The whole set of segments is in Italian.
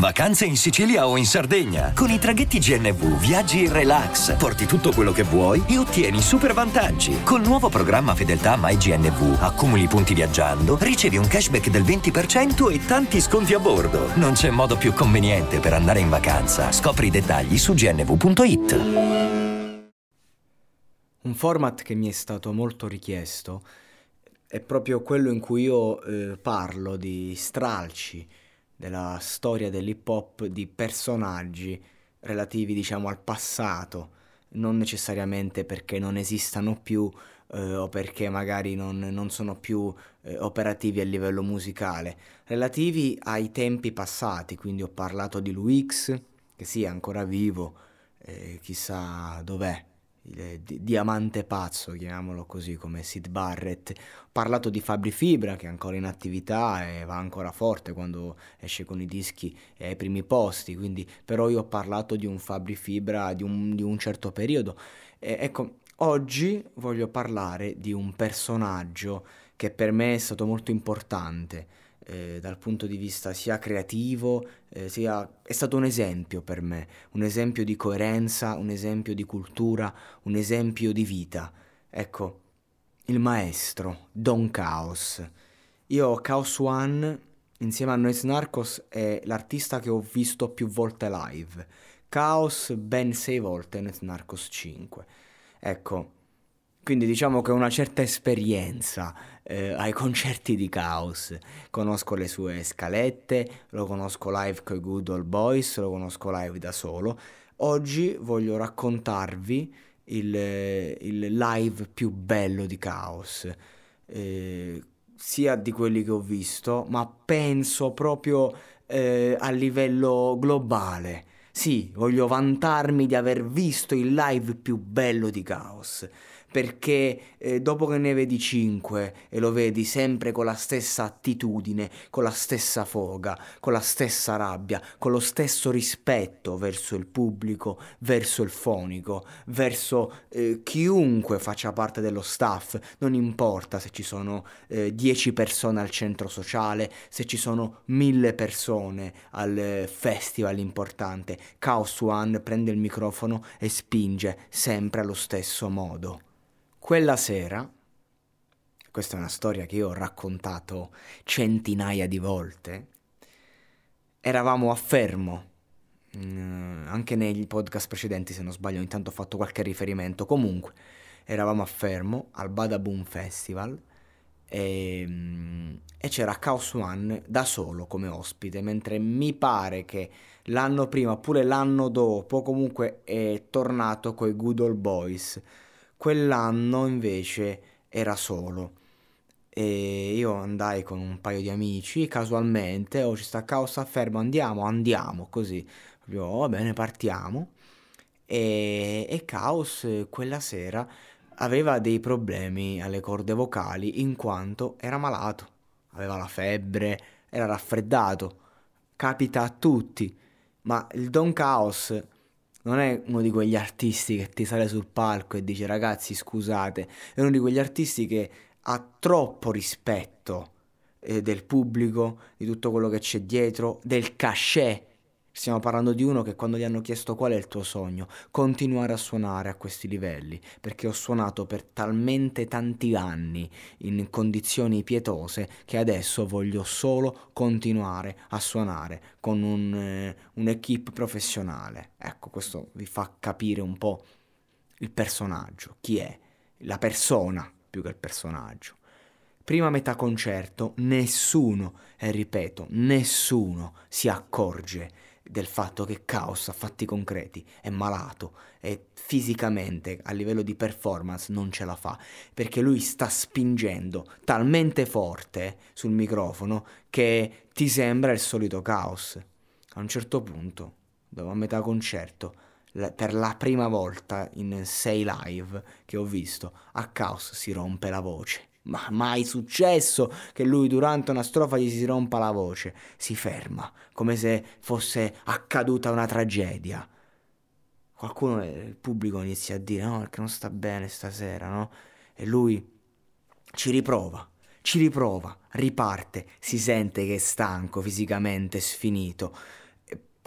Vacanze in Sicilia o in Sardegna. Con i traghetti GNV viaggi in relax, porti tutto quello che vuoi e ottieni super vantaggi. Col nuovo programma Fedeltà MyGNV accumuli punti viaggiando, ricevi un cashback del 20% e tanti sconti a bordo. Non c'è modo più conveniente per andare in vacanza. Scopri i dettagli su gnv.it. Un format che mi è stato molto richiesto è proprio quello in cui io parlo di stralci della storia dell'hip hop, di personaggi relativi, diciamo, al passato, non necessariamente perché non esistano più o perché magari non sono più operativi a livello musicale, relativi ai tempi passati. Quindi ho parlato di Luix, che sì, è ancora vivo, chissà dov'è, il diamante pazzo, chiamiamolo così, come Syd Barrett. Ho parlato di Fabri Fibra, che è ancora in attività e va ancora forte, quando esce con i dischi è ai primi posti, quindi però io ho parlato di un Fabri Fibra di un certo periodo. Ecco, oggi voglio parlare di un personaggio che per me è stato molto importante, dal punto di vista sia creativo, è stato un esempio per me, un esempio di coerenza, un esempio di cultura, un esempio di vita. Ecco, il maestro Don Chaos. Io Chaos One, insieme a Noise Narcos, è l'artista che ho visto più volte live. Chaos ben 6 volte, Noise Narcos 5. Ecco, quindi diciamo che ho una certa esperienza ai concerti di Chaos. Conosco le sue scalette, lo conosco live con i Good Old Boys, lo conosco live da solo. Oggi voglio raccontarvi il live più bello di Chaos, sia di quelli che ho visto, ma penso proprio a livello globale. Sì, voglio vantarmi di aver visto il live più bello di Chaos, perché dopo che ne vedi 5 e lo vedi sempre con la stessa attitudine, con la stessa foga, con la stessa rabbia, con lo stesso rispetto verso il pubblico, verso il fonico, verso chiunque faccia parte dello staff, non importa se ci sono 10 persone al centro sociale, se ci sono 1000 persone al festival importante, Chaos One prende il microfono e spinge sempre allo stesso modo. Quella sera, questa è una storia che io ho raccontato centinaia di volte, eravamo a Fermo, anche negli podcast precedenti se non sbaglio ogni tanto ho fatto qualche riferimento, comunque eravamo a Fermo al Badaboom Festival e c'era Chaos One da solo come ospite, mentre mi pare che l'anno prima oppure l'anno dopo comunque è tornato coi Good Old Boys. Quell'anno invece era solo e io andai con un paio di amici casualmente, ci sta Chaos a Fermo, andiamo, così, proprio, va bene, partiamo. E Chaos quella sera aveva dei problemi alle corde vocali in quanto era malato, aveva la febbre, era raffreddato, capita a tutti, ma il Don Chaos non è uno di quegli artisti che ti sale sul palco e dice ragazzi scusate, è uno di quegli artisti che ha troppo rispetto del pubblico, di tutto quello che c'è dietro, del cachet. Stiamo parlando di uno che quando gli hanno chiesto qual è il tuo sogno, continuare a suonare a questi livelli, perché ho suonato per talmente tanti anni in condizioni pietose che adesso voglio solo continuare a suonare con un'equipe professionale. Ecco, questo vi fa capire un po' il personaggio, chi è, la persona più che il personaggio. Prima metà concerto nessuno, e ripeto, nessuno si accorge del fatto che Chaos a fatti concreti è malato e fisicamente a livello di performance non ce la fa, perché lui sta spingendo talmente forte sul microfono che ti sembra il solito Chaos. A un certo punto, dopo a metà concerto, per la prima volta in 6 live che ho visto, a Chaos si rompe la voce. Ma mai successo che lui durante una strofa gli si rompa la voce, si ferma, come se fosse accaduta una tragedia. Qualcuno del pubblico inizia a dire no, perché non sta bene stasera, no? E lui ci riprova, riparte, si sente che è stanco, fisicamente sfinito,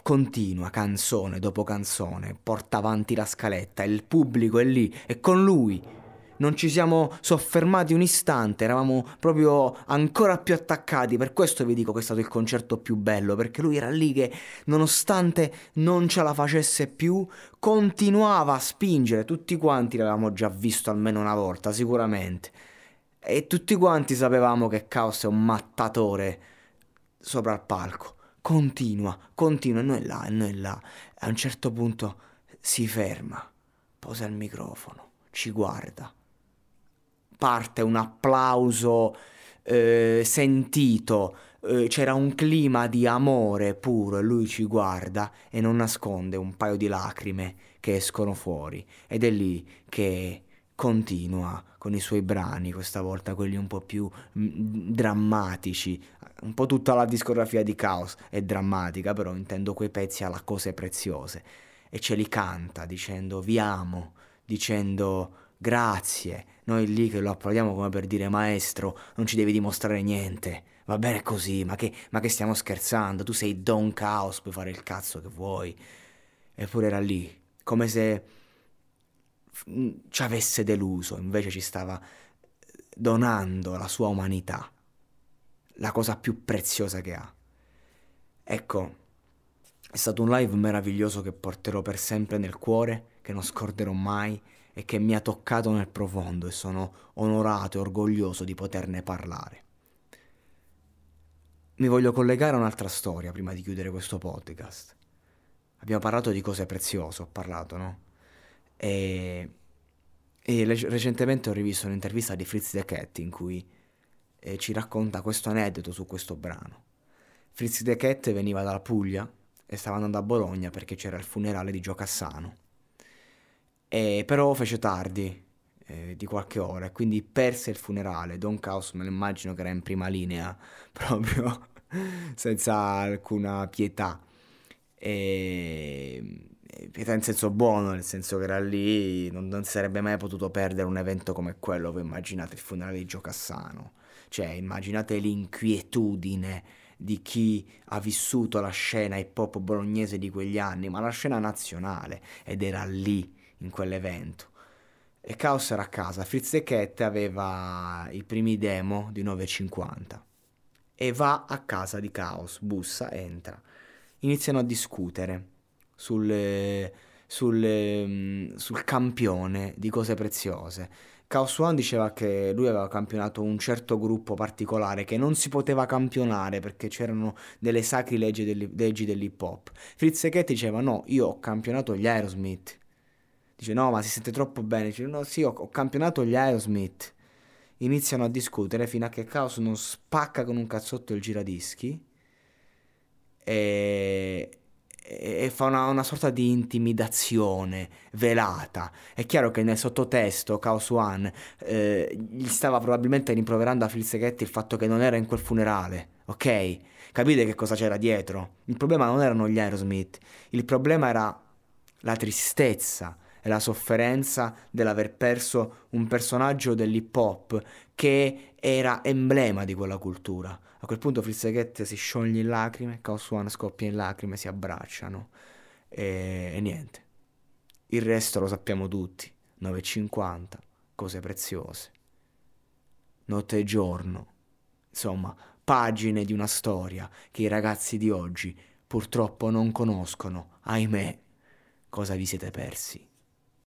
continua, canzone dopo canzone, porta avanti la scaletta, il pubblico è lì, e con lui. Non ci siamo soffermati un istante, eravamo proprio ancora più attaccati, per questo vi dico che è stato il concerto più bello, perché lui era lì che, nonostante non ce la facesse più, continuava a spingere. Tutti quanti l'avevamo già visto almeno una volta, sicuramente, e tutti quanti sapevamo che Caos è un mattatore sopra il palco. Continua, continua, e noi là. A un certo punto si ferma, posa il microfono, ci guarda. Parte un applauso sentito, c'era un clima di amore puro, e lui ci guarda e non nasconde un paio di lacrime che escono fuori, ed è lì che continua con i suoi brani, questa volta quelli un po' più drammatici. Un po' tutta la discografia di Caos è drammatica, però intendo quei pezzi alla Cose Preziose, e ce li canta dicendo vi amo, dicendo grazie. Noi lì che lo applaudiamo come per dire maestro, non ci devi dimostrare niente, va bene così, ma che stiamo scherzando, tu sei Don Caos, puoi fare il cazzo che vuoi. Eppure era lì, come se ci avesse deluso, invece ci stava donando la sua umanità, la cosa più preziosa che ha. Ecco, è stato un live meraviglioso che porterò per sempre nel cuore, che non scorderò mai, e che mi ha toccato nel profondo, e sono onorato e orgoglioso di poterne parlare. Mi voglio collegare a un'altra storia prima di chiudere questo podcast. Abbiamo parlato di Cose Preziose, ho parlato, no? E recentemente ho rivisto un'intervista di Fritz the Cat in cui ci racconta questo aneddoto su questo brano. Fritz the Cat veniva dalla Puglia e stava andando a Bologna perché c'era il funerale di Gio Cassano. Però fece tardi, di qualche ora, e quindi perse il funerale. Don Caos me lo immagino che era in prima linea, proprio senza alcuna pietà. Pietà in senso buono, nel senso che era lì, non sarebbe mai potuto perdere un evento come quello. Voi immaginate il funerale di Gio Cassano, cioè immaginate l'inquietudine di chi ha vissuto la scena hip hop bolognese di quegli anni, ma la scena nazionale, ed era lì in quell'evento. E Caos era a casa, Fritz the Cat aveva i primi demo di 950 e va a casa di Caos, bussa, entra, iniziano a discutere sul campione di Cose Preziose. Caos One diceva che lui aveva campionato un certo gruppo particolare che non si poteva campionare perché c'erano delle sacre leggi dell'hip hop. Fritz the Cat diceva no, io ho campionato gli Aerosmith. Dice no, ma si sente troppo bene. Dice no, sì, ho campionato gli Aerosmith. Iniziano a discutere fino a che Caos non spacca con un cazzotto il giradischi e fa una sorta di intimidazione velata. È chiaro che nel sottotesto Caos One gli stava probabilmente rimproverando a Filzeghetti il fatto che non era in quel funerale, ok? Capite che cosa c'era dietro? Il problema non erano gli Aerosmith, il problema era la tristezza e la sofferenza dell'aver perso un personaggio dell'hip hop che era emblema di quella cultura. A quel punto Filzeghetti si scioglie in lacrime, Caos One scoppia in lacrime, si abbracciano e niente. Il resto lo sappiamo tutti. 9.50, Cose Preziose, Notte e Giorno, insomma, pagine di una storia che i ragazzi di oggi purtroppo non conoscono, ahimè. Cosa vi siete persi?